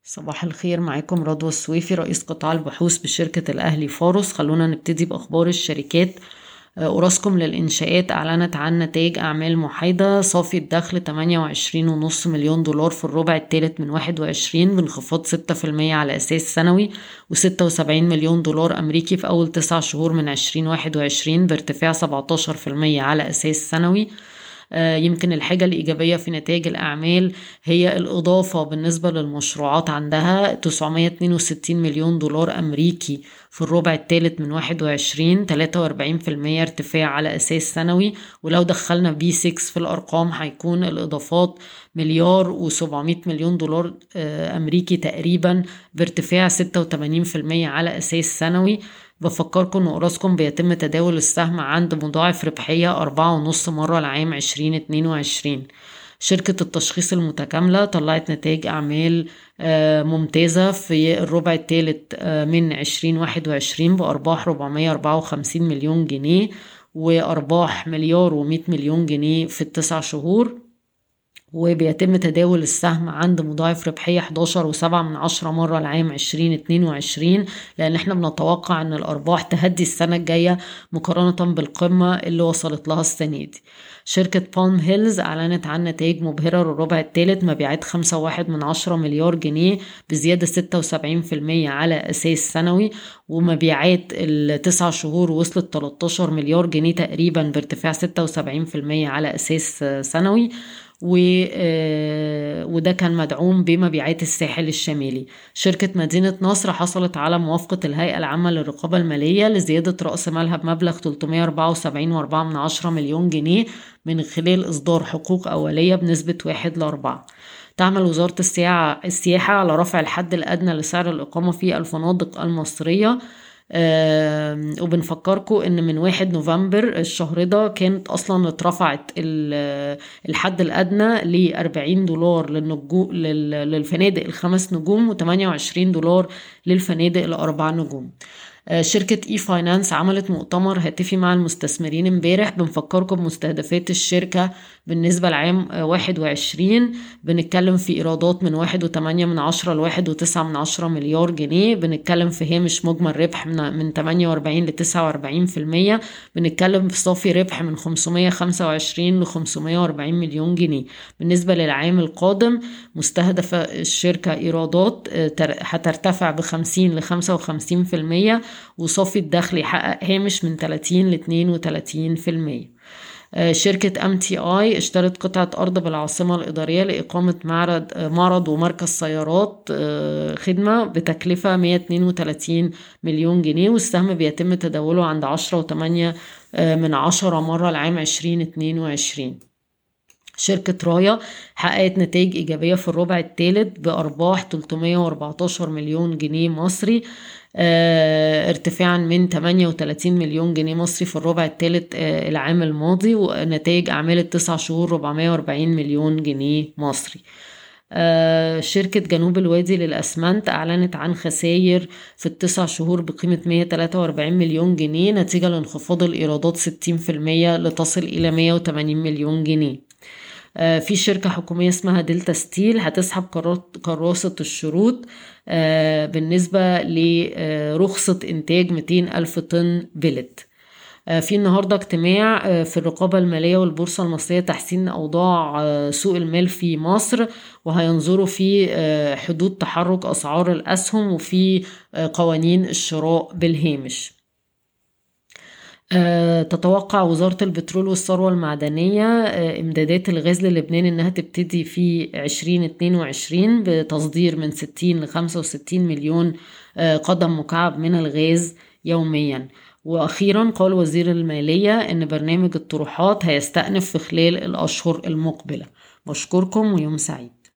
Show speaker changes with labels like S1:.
S1: صباح الخير، معاكم رضوى السويفي رئيس قطاع البحوث بشركة الأهلي فارس. خلونا نبتدي بأخبار الشركات. أوراسكوم للإنشاءات أعلنت عن نتائج أعمال محايدة. صافي الدخل 28.5 مليون دولار في الربع الثالث من 21 بانخفاض 6% على أساس سنوي، و76 مليون دولار أمريكي في أول 9 شهور من 2021 بارتفاع 17% على أساس سنوي. يمكن الحاجة الإيجابية في نتائج الأعمال هي الإضافة بالنسبة للمشروعات، عندها 962 مليون دولار أمريكي في الربع الثالث من 21، 43% ارتفاع على أساس سنوي. ولو دخلنا بي 6 في الأرقام هيكون الإضافات مليار و700 مليون دولار أمريكي تقريبا، بارتفاع 86% على أساس سنوي. بفكركم ان اوراسكوم بيتم تداول السهم عند مضاعف ربحية 4.5 مرة لعام 2022. شركة التشخيص المتكاملة طلعت نتائج أعمال ممتازة في الربع الثالث من 2021 بأرباح 454 مليون جنيه وأرباح مليار و100 مليون جنيه في التسع شهور، وبيتم تداول السهم عند مضاعف ربحية 11.7 مرة لعام 2022، لأن احنا بنتوقع ان الأرباح تهدي السنة الجاية مقارنة بالقمة اللي وصلت لها السنة دي. شركة بالم هيلز أعلنت عن نتائج مبهرة للربع الثالث، مبيعات 5.1 مليار جنيه بزيادة 76% على أساس سنوي، ومبيعات التسع شهور وصلت 13 مليار جنيه تقريبا بارتفاع 76% على أساس سنوي. وده كان مدعوم بمبيعات الساحل الشمالي. شركة مدينة نصر حصلت على موافقة الهيئة العامة للرقابة المالية لزيادة رأس مالها بمبلغ 374.4 مليون جنيه من خلال إصدار حقوق أولية بنسبة 1:4. تعمل وزارة السياحة على رفع الحد الأدنى لسعر الإقامة في الفنادق المصرية. وبنفكركم ان من 1 نوفمبر الشهر ده كانت اصلا اترفعت الحد الادنى ل $40 للفنادق ال5 نجوم و28 $، للفنادق ال4 نجوم. شركة اي فاينانس عملت مؤتمر هاتفي مع المستثمرين امبارح. بنفكركم بمستهدفات الشركة بالنسبة لعام 21. بنتكلم في إيرادات من 1.8 ل1.9 مليار جنيه. بنتكلم في هامش مجمل ربح من 48 ل49%. بنتكلم في صافي ربح من 525 ل540 مليون جنيه. بالنسبة للعام القادم مستهدف الشركة إيرادات هترتفع ب50 ل55%، وصافي الدخل يحقق هامش من 30 ل 32%. شركة MTI اشترت قطعة أرض بالعاصمة الإدارية لإقامة معرض ومركز سيارات خدمة بتكلفة 132 مليون جنيه، والسهم بيتم تداوله عند 10.8 مرة لعام 2022. شركة رايا حققت نتائج إيجابية في الربع الثالث بأرباح 314 مليون جنيه مصري، ارتفاعا من 38 مليون جنيه مصري في الربع الثالث العام الماضي، ونتائج أعمال التسع شهور 440 مليون جنيه مصري. شركة جنوب الوادي للأسمنت أعلنت عن خسائر في التسع شهور بقيمة 143 مليون جنيه نتيجة لانخفاض الإيرادات 60% لتصل إلى 180 مليون جنيه. في شركة حكومية اسمها دلتا ستيل هتسحب كراسة الشروط بالنسبة لرخصة إنتاج 200 ألف طن بلت. في النهاردة اجتماع في الرقابة المالية والبورصة المصرية تحسين أوضاع سوق المال في مصر، وهينظروا في حدود تحرك أسعار الأسهم وفي قوانين الشراء بالهامش. تتوقع وزارة البترول والثروة المعدنية إمدادات الغاز للبنان إنها تبتدي في 2022 بتصدير من 60 ل65 مليون قدم مكعب من الغاز يوميا. وأخيرا قال وزير المالية إن برنامج الطروحات هيستأنف في خلال الأشهر المقبلة. بشكركم ويوم سعيد.